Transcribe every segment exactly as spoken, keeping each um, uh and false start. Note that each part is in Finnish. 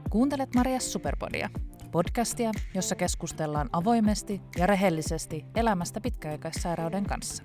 Kuuntelet Marias Superpodia, podcastia, jossa keskustellaan avoimesti ja rehellisesti elämästä pitkäaikaissairauden kanssa.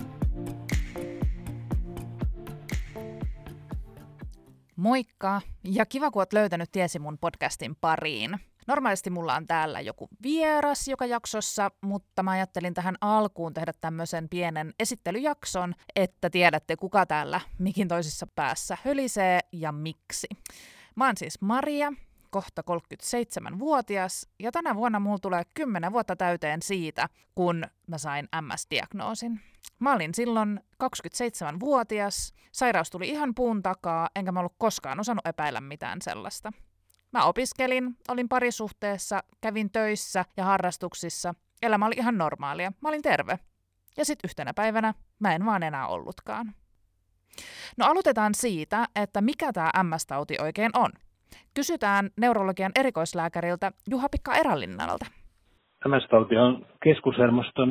Moikka ja kiva, kun oot löytänyt tiesi mun podcastin pariin. Normaalisti mulla on täällä joku vieras joka jaksossa, mutta mä ajattelin tähän alkuun tehdä tämmöisen pienen esittelyjakson, että tiedätte kuka täällä mikin toisessa päässä hölisee ja miksi. Mä oon siis Maria, kohta kolmekymmentäseitsemänvuotias, ja tänä vuonna mulla tulee kymmenen vuotta täyteen siitä, kun mä sain M S-diagnoosin. Mä olin silloin kaksikymmentäseitsemänvuotias, sairaus tuli ihan puun takaa, enkä mä ollut koskaan osannut epäillä mitään sellaista. Mä opiskelin, olin parisuhteessa, kävin töissä ja harrastuksissa, elämä oli ihan normaalia, mä olin terve. Ja sitten yhtenä päivänä mä en vaan enää ollutkaan. No aloitetaan siitä, että mikä tämä M S-tauti oikein on. Kysytään neurologian erikoislääkäriltä Juha-Pekka Erälinnalta. M S-tauti on keskushermoston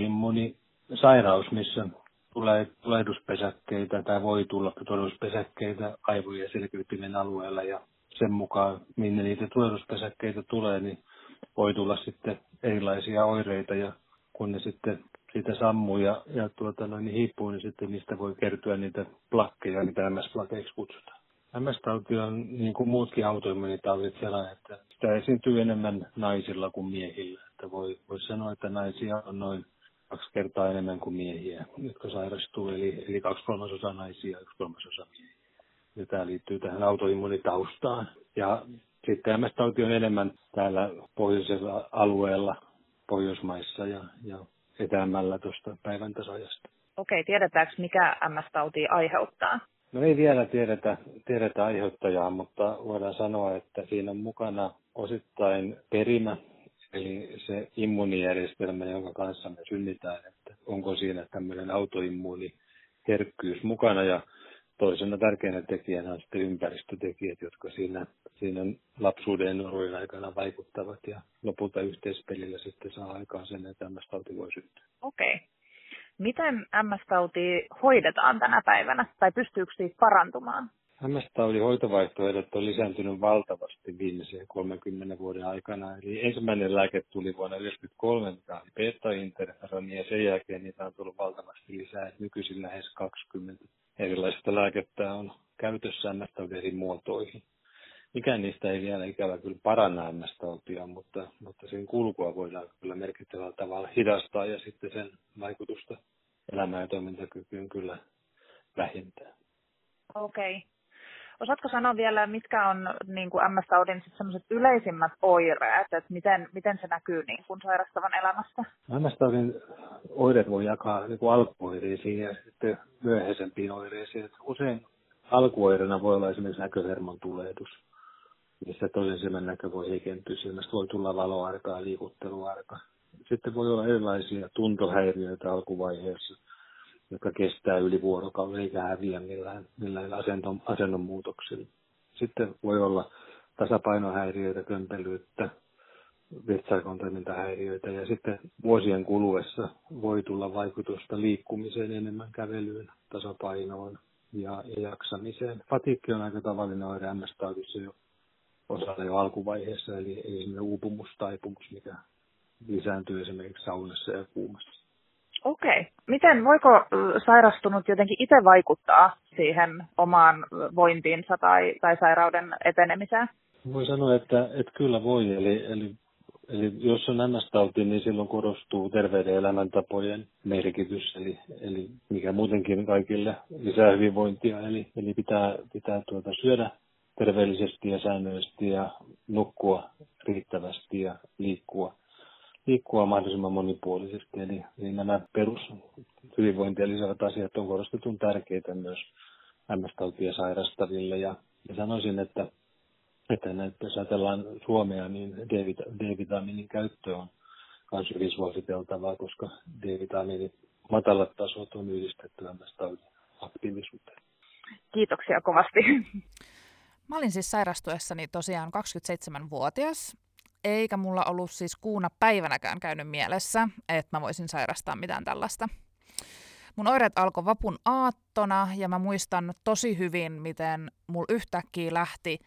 autoimmuunisairaus, missä tulee tulehduspesäkkeitä tai voi tulla tulehduspesäkkeitä aivojen ja selkäytimen alueella. Ja sen mukaan, minne niitä tulehduspesäkkeitä tulee, niin voi tulla sitten erilaisia oireita. Ja kun ne sitten siitä sammuu ja, ja tuota, no, niin hiipuu, niin sitten niistä voi kertyä niitä plakkeja, mitä M S-plakeiksi kutsutaan. M S-tauti on niin kuin muutkin autoimmuunitaudit sellainen, että sitä esiintyy enemmän naisilla kuin miehillä. Että voi, voi sanoa, että naisia on noin kaksi kertaa enemmän kuin miehiä, jotka sairastuu, eli, eli kaksi kolmasosaa naisia ja yksi kolmasosa miehiä. Ja tämä liittyy tähän autoimmuunitaustaan. Ja sitten M S-tauti on enemmän täällä pohjoisella alueella, Pohjoismaissa ja, ja etäämmällä tuosta päivän tasaajasta. Okei, tiedetäänkö mikä M S-tauti aiheuttaa? No ei vielä tiedetä, tiedetä aiheuttajaa, mutta voidaan sanoa, että siinä on mukana osittain perimä, eli se immuunijärjestelmä, jonka kanssa me synnitään, että onko siinä tämmöinen autoimmuuniherkkyys mukana. Ja toisena tärkeänä tekijänä on sitten ympäristötekijät, jotka siinä, siinä lapsuuden ja nuoruuden aikana vaikuttavat ja lopulta yhteispelillä sitten saa aikaan sen, että M S-tauti voi syntyä. Okei. Miten M S-tauti hoidetaan tänä päivänä, tai pystyykö siitä parantumaan? M S-taudin hoitovaihtoehdot on lisääntynyt valtavasti viimeisen kolmenkymmenen vuoden aikana. Eli ensimmäinen lääke tuli vuonna yhdeksänkymmentäkolme, mikä oli beta-interferoni, ja sen jälkeen niitä on tullut valtavasti lisää. Nykyisin lähes kaksikymmentä erilaista lääkettä on käytössä M S-taudin eri muotoihin. Mikään niistä ei vielä ikävä kyllä paranna M S-tautia, mutta, mutta sen kulkua voidaan kyllä merkittävällä tavalla hidastaa ja sitten sen vaikutusta elämään ja toimintakykyyn kyllä vähentää. Okei. Osaatko sanoa vielä, mitkä on niin kuin M S-taudin sellaiset yleisimmät oireet, että miten, miten se näkyy niin kuin sairastavan elämässä? M S-taudin oireet voi jakaa niin kuin alkuoireisiin ja sitten myöhäisempiin oireisiin. Että usein alkuoireena voi olla esimerkiksi näköhermon tulehdus, missä toisen silmän näkö voi heikentyä. Silmästä voi tulla valoarkaa, liikutteluarka. Sitten voi olla erilaisia tuntohäiriöitä alkuvaiheessa, jotka kestää yli vuorokauden eikä häviä millään, millään asennon, asennon muutoksilla. Sitten voi olla tasapainohäiriöitä, kömpelyyttä, virtsakon toimintahäiriöitä ja sitten vuosien kuluessa voi tulla vaikutusta liikkumiseen, enemmän kävelyyn, tasapainoon ja, ja jaksamiseen. Fatiikki on aika tavallinen oire M S-taudissa jo osalla jo alkuvaiheessa, eli ei esimerkiksi uupumustaipumus, mikä lisääntyy esimerkiksi saunassa ja kuumassa. Okei. Miten, voiko sairastunut jotenkin itse vaikuttaa siihen omaan vointiinsa tai, tai sairauden etenemiseen? Voi sanoa, että, että kyllä voi. Eli, eli, eli jos on M S-tauti, niin silloin korostuu terveyden elämäntapojen merkitys, eli, eli mikä muutenkin kaikille lisää hyvinvointia. Eli, eli pitää, pitää tuota syödä terveellisesti ja säännöllisesti ja nukkua riittävästi ja liikkua. liikkua mahdollisimman monipuolisesti. Eli, eli nämä perushyvinvointia lisäävät asiat on korostetun tärkeitä myös M S-tautia sairastaville. Ja, ja sanoisin, että, että näitä, jos ajatellaan Suomea, niin D-vitamiinin käyttö on myös hyvin suositeltavaa, koska D-vitamiinin matalat tasot on yhdistetty M S-taudin aktiivisuuteen. Kiitoksia kovasti. Mä olin siis sairastuessani tosiaan kaksikymmentäseitsemänvuotias. Eikä mulla ollut siis kuuna päivänäkään käynyt mielessä, että mä voisin sairastaa mitään tällaista. Mun oireet alkoi vapun aattona ja mä muistan tosi hyvin, miten mulla yhtäkkiä lähti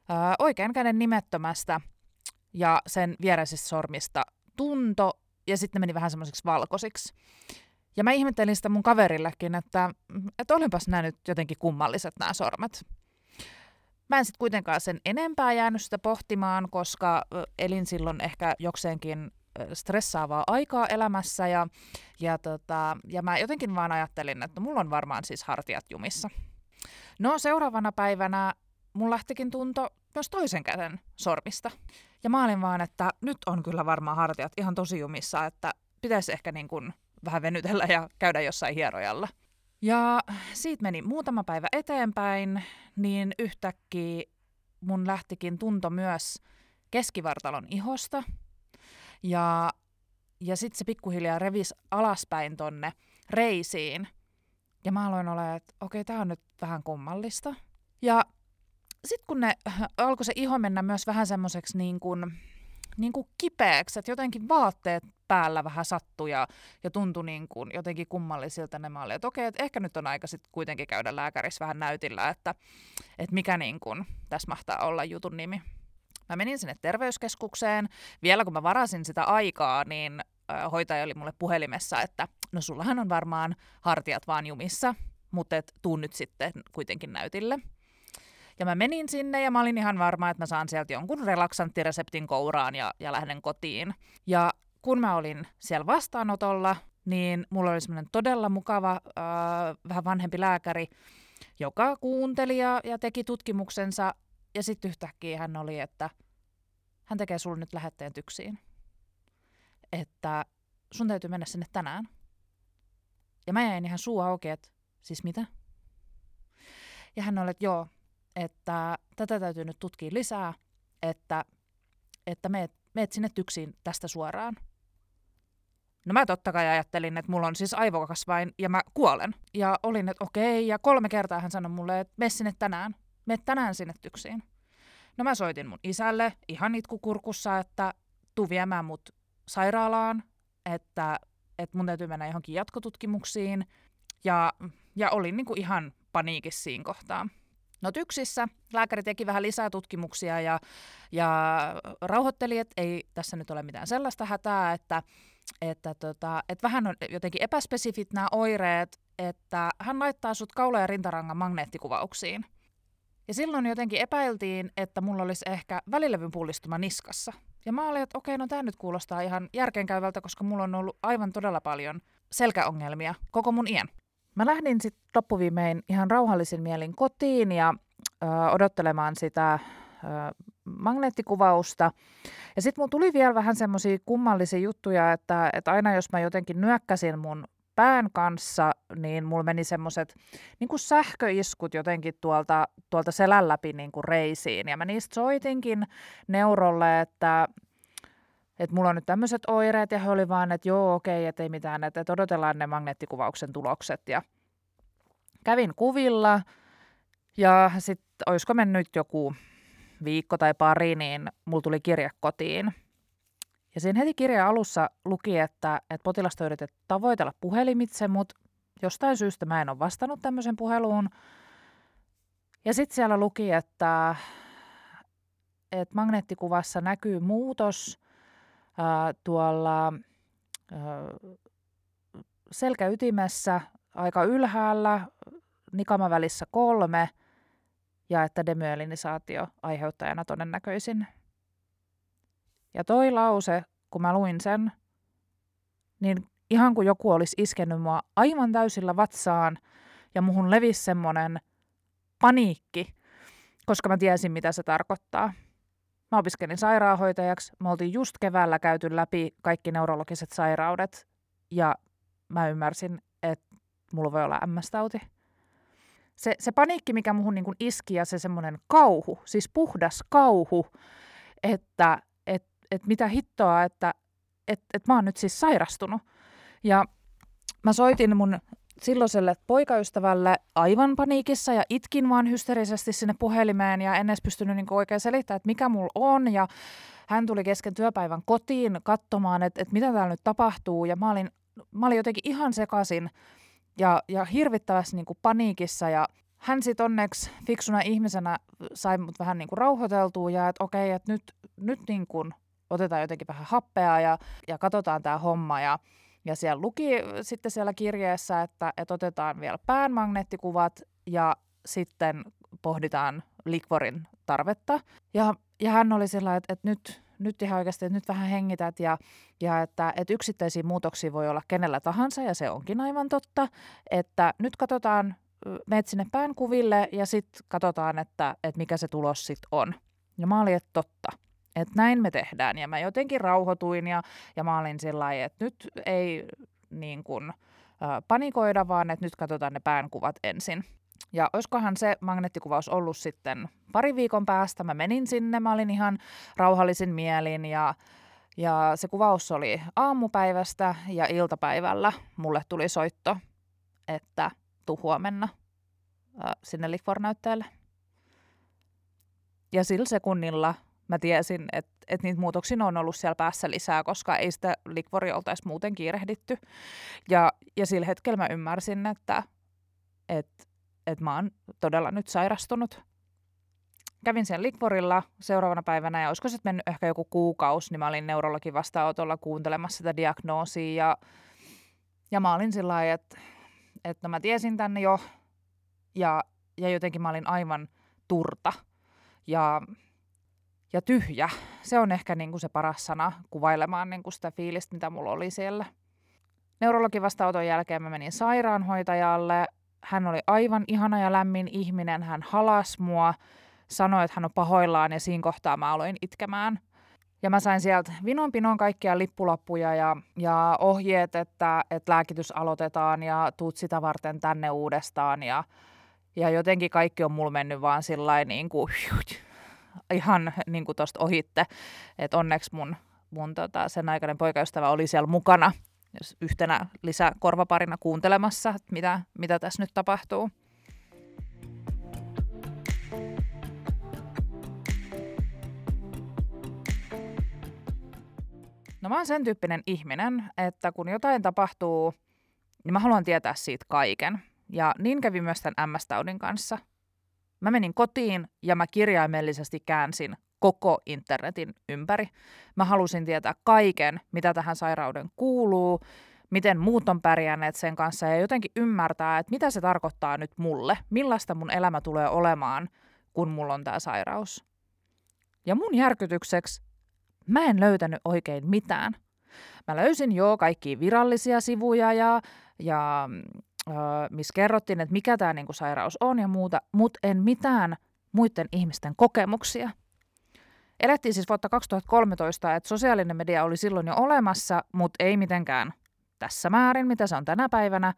Öö, oikean käden nimettömästä ja sen viereisistä sormista tunto, ja sitten ne meni vähän semmoisiksi valkoisiksi. Ja mä ihmettelin sitä mun kaverillekin, että, että olinpas nämä nyt jotenkin kummalliset nämä sormet. Mä en sitten kuitenkaan sen enempää jäänyt sitä pohtimaan, koska elin silloin ehkä jokseenkin stressaavaa aikaa elämässä, ja, ja, tota, ja mä jotenkin vaan ajattelin, että mulla on varmaan siis hartiat jumissa. No seuraavana päivänä mun lähtikin tunto myös toisen käden sormista. Ja mä olin vaan, että nyt on kyllä varmaan hartiat ihan tosi jumissa, että pitäisi ehkä niin kuin vähän venytellä ja käydä jossain hierojalla. Ja siitä meni muutama päivä eteenpäin, niin yhtäkkiä mun lähtikin tunto myös keskivartalon ihosta. Ja, ja sitten se pikkuhiljaa revisi alaspäin tonne reisiin. Ja mä aloin olla, että okei, tää on nyt vähän kummallista. Ja sitten kun ne alkoi se iho mennä myös vähän semmoiseksi niin kuin, niin kuin kipeäksi, että jotenkin vaatteet päällä vähän sattui ja, ja tuntui niin kuin jotenkin kummallisilta, ne mä olin, että okei, että ehkä nyt on aika sitten kuitenkin käydä lääkärissä vähän näytillä, että, että mikä niin kuin tässä mahtaa olla jutun nimi. Mä menin sinne terveyskeskukseen. Vielä kun mä varasin sitä aikaa, niin äh, hoitaja oli mulle puhelimessa, että no sullahan on varmaan hartiat vaan jumissa, mutta et tuu nyt sitten kuitenkin näytille. Ja mä menin sinne ja mä olin ihan varma, että mä saan sieltä jonkun relaksanttireseptin kouraan ja, ja lähden kotiin. Ja kun mä olin siellä vastaanotolla, niin mulla oli semmoinen todella mukava, äh, vähän vanhempi lääkäri, joka kuunteli ja, ja teki tutkimuksensa. Ja sitten yhtäkkiä hän oli, että hän tekee sulle nyt lähetteen tyksiin. Että sun täytyy mennä sinne tänään. Ja mä jäin ihan suu auki, että siis mitä? Ja hän oli, että joo, että tätä täytyy nyt tutkia lisää, että, että meet, meet sinne tyksiin tästä suoraan. No mä totta kai ajattelin, että mulla on siis aivokasvain ja mä kuolen. Ja olin, että okei, ja kolme kertaa hän sanoi mulle, että mene sinne tänään. Mene tänään sinne tyksiin. No mä soitin mun isälle ihan itkukurkussa, että tuu viemään mut sairaalaan, että, että mun täytyy mennä johonkin jatkotutkimuksiin. Ja, ja olin niinku ihan paniikissa siinä kohtaa. No tyksissä lääkäri teki vähän lisää tutkimuksia ja, ja rauhoitteli, että ei tässä nyt ole mitään sellaista hätää, että, että, tota, että vähän on jotenkin epäspesifit nämä oireet, että hän laittaa sut kaula- ja rintarangan magneettikuvauksiin. Ja silloin jotenkin epäiltiin, että mulla olisi ehkä välilevyn pullistuma niskassa. Ja mä olin, että okei, no tää nyt kuulostaa ihan järkeenkäyvältä, koska mulla on ollut aivan todella paljon selkäongelmia koko mun iän. Mä lähdin sitten loppuviimein ihan rauhallisin mielin kotiin ja ö, odottelemaan sitä ö, magneettikuvausta. Ja sitten mulla tuli vielä vähän semmoisia kummallisia juttuja, että, että aina jos mä jotenkin nyökkäsin mun pään kanssa, niin mulla meni semmoiset niin kuin sähköiskut jotenkin tuolta, tuolta selän läpi niin kuin reisiin. Ja mä niistä soitinkin neurolle, että, että mulla on nyt tämmöiset oireet, ja he oli vaan, että joo, okei, että ei mitään, että, että odotellaan ne magneettikuvauksen tulokset. Ja kävin kuvilla, ja sitten olisiko mennyt joku viikko tai pari, niin mulla tuli kirje kotiin. Ja siinä heti kirjan alussa luki, että, että potilasta yritetään tavoitella puhelimitse, mutta jostain syystä mä en ole vastannut tämmöisen puheluun. Ja sitten siellä luki, että, että magneettikuvassa näkyy muutos ää, tuolla ää, selkäytimessä aika ylhäällä, nikamavälissä kolme, ja että demyelinisaatio aiheuttajana todennäköisin. Ja toi lause, kun mä luin sen, niin ihan kuin joku olisi iskenyt mua aivan täysillä vatsaan ja muhun levisi semmoinen paniikki, koska mä tiesin, mitä se tarkoittaa. Mä opiskelin sairaanhoitajaksi, me oltiin just keväällä käyty läpi kaikki neurologiset sairaudet ja mä ymmärsin, että mulla voi olla M S-tauti. Se, se paniikki, mikä muhun niin kuin iski ja se semmoinen kauhu, siis puhdas kauhu, että että mitä hittoa, että et, et mä oon nyt siis sairastunut. Ja mä soitin mun silloiselle poikaystävälle aivan paniikissa ja itkin vaan hysteerisesti sinne puhelimeen ja en edes pystynyt niinku oikein selittämään, että mikä mulla on. Ja hän tuli kesken työpäivän kotiin katsomaan, että, että mitä täällä nyt tapahtuu. Ja mä olin, mä olin jotenkin ihan sekaisin ja, ja hirvittävästi niinku paniikissa ja hän sitten onneksi fiksuna ihmisenä sai mut vähän niinku rauhoiteltua ja että okei, että nyt, nyt niinku otetaan jotenkin vähän happea ja, ja katsotaan tämä homma. Ja, ja siellä luki sitten siellä kirjeessä, että, että otetaan vielä pään magneettikuvat ja sitten pohditaan likvorin tarvetta. Ja, ja hän oli sillä, että, että nyt, nyt ihan oikeasti, että nyt vähän hengität ja, ja että, että yksittäisiä muutoksia voi olla kenellä tahansa ja se onkin aivan totta, että nyt katsotaan, meet sinne pään kuville ja sitten katsotaan, että, että mikä se tulos sitten on. Ja mä olin, että totta, että näin me tehdään ja mä jotenkin rauhoituin ja, ja mä olin sillä lailla, että nyt ei niin kuin, äh, panikoida, vaan että nyt katsotaan ne päänkuvat ensin. Ja olisikohan se magneettikuvaus ollut sitten pari viikon päästä. Mä menin sinne, mä olin ihan rauhallisin mielin ja, ja se kuvaus oli aamupäivästä ja iltapäivällä mulle tuli soitto, että tuu huomenna äh, sinne likvornäytteelle. Ja sillä sekunnilla mä tiesin, että, että niitä muutoksia on ollut siellä päässä lisää, koska ei sitä likvoria oltaisi muuten kiirehditty. Ja, ja sillä hetkellä mä ymmärsin, että, että että mä oon todella nyt sairastunut. Kävin siellä likvorilla seuraavana päivänä ja olisiko sitten mennyt ehkä joku kuukausi, niin mä olin neurologin vastaanotolla kuuntelemassa sitä diagnoosia ja, ja mä olin sillä lailla, että, että no mä tiesin tänne jo ja, ja jotenkin mä olin aivan turta ja, ja tyhjä. Se on ehkä niinku se paras sana kuvailemaan niinku sitä fiilistä, mitä mulla oli siellä. Neurologin vastaanoton jälkeen mä menin sairaanhoitajalle. Hän oli aivan ihana ja lämmin ihminen, hän halasi mua, sanoi, että hän on pahoillaan ja siinä kohtaa mä aloin itkemään. Ja mä sain sieltä vinon pinon kaikkia lippulappuja ja, ja ohjeet, että, että lääkitys aloitetaan ja tuut sitä varten tänne uudestaan. Ja, ja jotenkin kaikki on mulla mennyt vaan sillain niin kuin, ihan niin kuin tosta ohitte. Että onneksi mun, mun tota, sen aikainen poikaystävä oli siellä mukana. Yhtenä lisäkorvaparina kuuntelemassa, että mitä, mitä tässä nyt tapahtuu. No mä oon sen tyyppinen ihminen, että kun jotain tapahtuu, niin mä haluan tietää siitä kaiken. Ja niin kävi myös tämän M S-taudin kanssa. Mä menin kotiin ja mä kirjaimellisesti käänsin koko internetin ympäri. Mä halusin tietää kaiken, mitä tähän sairauden kuuluu, miten muut on pärjänneet sen kanssa ja jotenkin ymmärtää, että mitä se tarkoittaa nyt mulle, millaista mun elämä tulee olemaan, kun mulla on tää sairaus. Ja mun järkytykseksi mä en löytänyt oikein mitään. Mä löysin jo kaikkia virallisia sivuja ja, ja äh, missä kerrottiin, että mikä tää niinku sairaus on ja muuta, mutta en mitään muiden ihmisten kokemuksia. Elettiin siis vuotta kaksituhattakolmetoista, että sosiaalinen media oli silloin jo olemassa, mutta ei mitenkään tässä määrin, mitä se on tänä päivänä.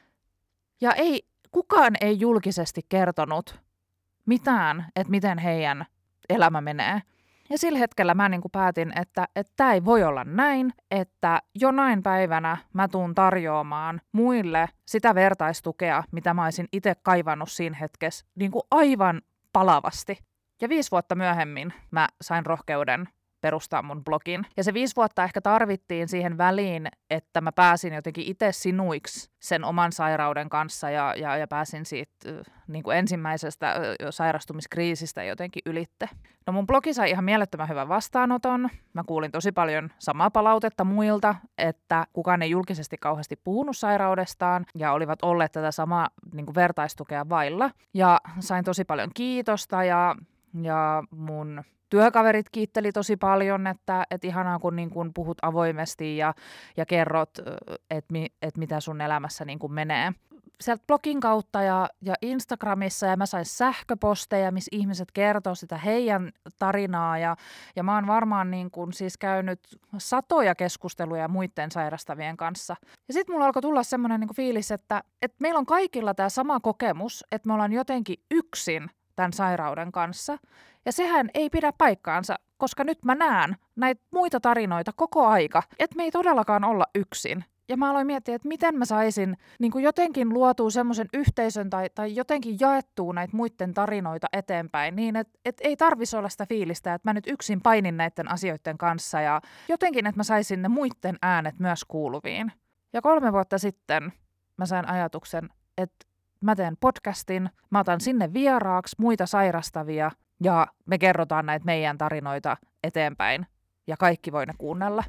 Ja ei, kukaan ei julkisesti kertonut mitään, että miten heidän elämä menee. Ja sillä hetkellä mä niin kuin päätin, että tämä ei voi olla näin, että jonain päivänä mä tuun tarjoamaan muille sitä vertaistukea, mitä mä olisin itse kaivannut siinä hetkessä niin kuin aivan palavasti. Ja viisi vuotta myöhemmin mä sain rohkeuden perustaa mun blogin. Ja se viisi vuotta ehkä tarvittiin siihen väliin, että mä pääsin jotenkin itse sinuiksi sen oman sairauden kanssa ja, ja, ja pääsin siitä niin kuin ensimmäisestä sairastumiskriisistä jotenkin ylitte. No mun blogi sai ihan mielettömän hyvän vastaanoton. Mä kuulin tosi paljon samaa palautetta muilta, että kukaan ei julkisesti kauheasti puhunut sairaudestaan ja olivat olleet tätä samaa niin kuin vertaistukea vailla. Ja sain tosi paljon kiitosta ja, ja mun työkaverit kiitteli tosi paljon, että, että ihanaa kun, niin kun puhut avoimesti ja, ja kerrot, että mi, et mitä sun elämässä niin kun menee. Sieltä blogin kautta ja, ja Instagramissa ja mä sain sähköposteja, missä ihmiset kertoo sitä heidän tarinaa ja, ja mä oon varmaan niin kun siis käynyt satoja keskusteluja muiden sairastavien kanssa. Ja sitten mulla alkoi tulla semmoinen niin kun fiilis, että, että meillä on kaikilla tämä sama kokemus, että me ollaan jotenkin yksin tämän sairauden kanssa. Ja sehän ei pidä paikkaansa, koska nyt mä näen näitä muita tarinoita koko aika, että me ei todellakaan olla yksin. Ja mä aloin miettiä, että miten mä saisin niin kuin jotenkin luotua semmoisen yhteisön tai, tai jotenkin jaettua näitä muiden tarinoita eteenpäin niin, että, että ei tarvitsisi olla sitä fiilistä, että mä nyt yksin painin näiden asioiden kanssa ja jotenkin, että mä saisin ne muiden äänet myös kuuluviin. Ja kolme vuotta sitten mä sain ajatuksen, että mä teen podcastin, mä otan sinne vieraaksi muita sairastavia ja me kerrotaan näitä meidän tarinoita eteenpäin ja kaikki voi ne kuunnella.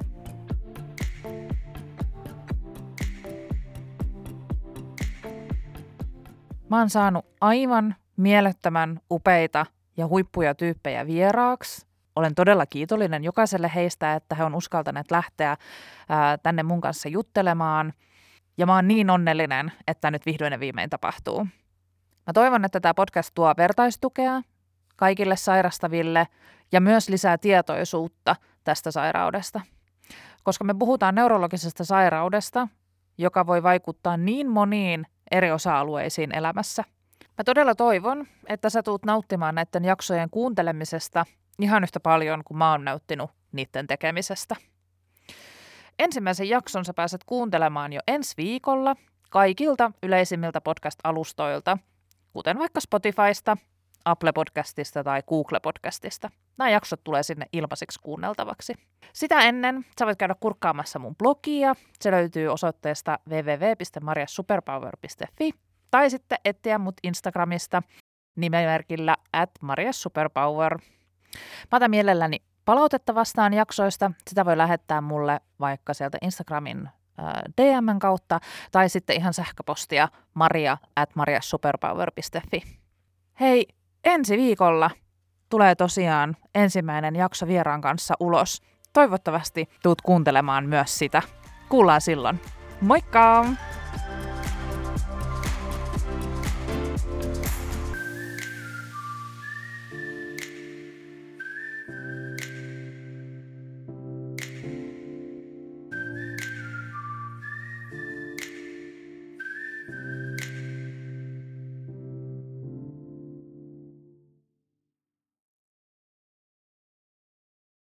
Mä oon saanut aivan mielettömän upeita ja huippuja tyyppejä vieraaksi. Olen todella kiitollinen jokaiselle heistä, että he on uskaltaneet lähteä ää, tänne mun kanssa juttelemaan. Ja mä oon niin onnellinen, että nyt vihdoin ja viimein tapahtuu. Mä toivon, että tämä podcast tuo vertaistukea kaikille sairastaville ja myös lisää tietoisuutta tästä sairaudesta. Koska me puhutaan neurologisesta sairaudesta, joka voi vaikuttaa niin moniin eri osa-alueisiin elämässä. Mä todella toivon, että sä tuut nauttimaan näiden jaksojen kuuntelemisesta ihan yhtä paljon kuin mä oon nauttinut niiden tekemisestä. Ensimmäisen jakson sä pääset kuuntelemaan jo ensi viikolla kaikilta yleisimmiltä podcast-alustoilta, kuten vaikka Spotifysta, Apple Podcastista tai Google Podcastista. Nämä jaksot tulee sinne ilmaiseksi kuunneltavaksi. Sitä ennen sä voit käydä kurkkaamassa mun blogia. Se löytyy osoitteesta double-u double-u double-u piste mariassuperpower piste fi tai sitten etsiä mut Instagramista nimimerkillä at mariassuperpower. Mä otan mielelläni palautetta vastaan jaksoista. Sitä voi lähettää mulle vaikka sieltä Instagramin D M:n kautta tai sitten ihan sähköpostia maria at mariassuperpower piste fi. Hei, ensi viikolla tulee tosiaan ensimmäinen jakso vieraan kanssa ulos. Toivottavasti tuut kuuntelemaan myös sitä. Kuullaan silloin. Moikka!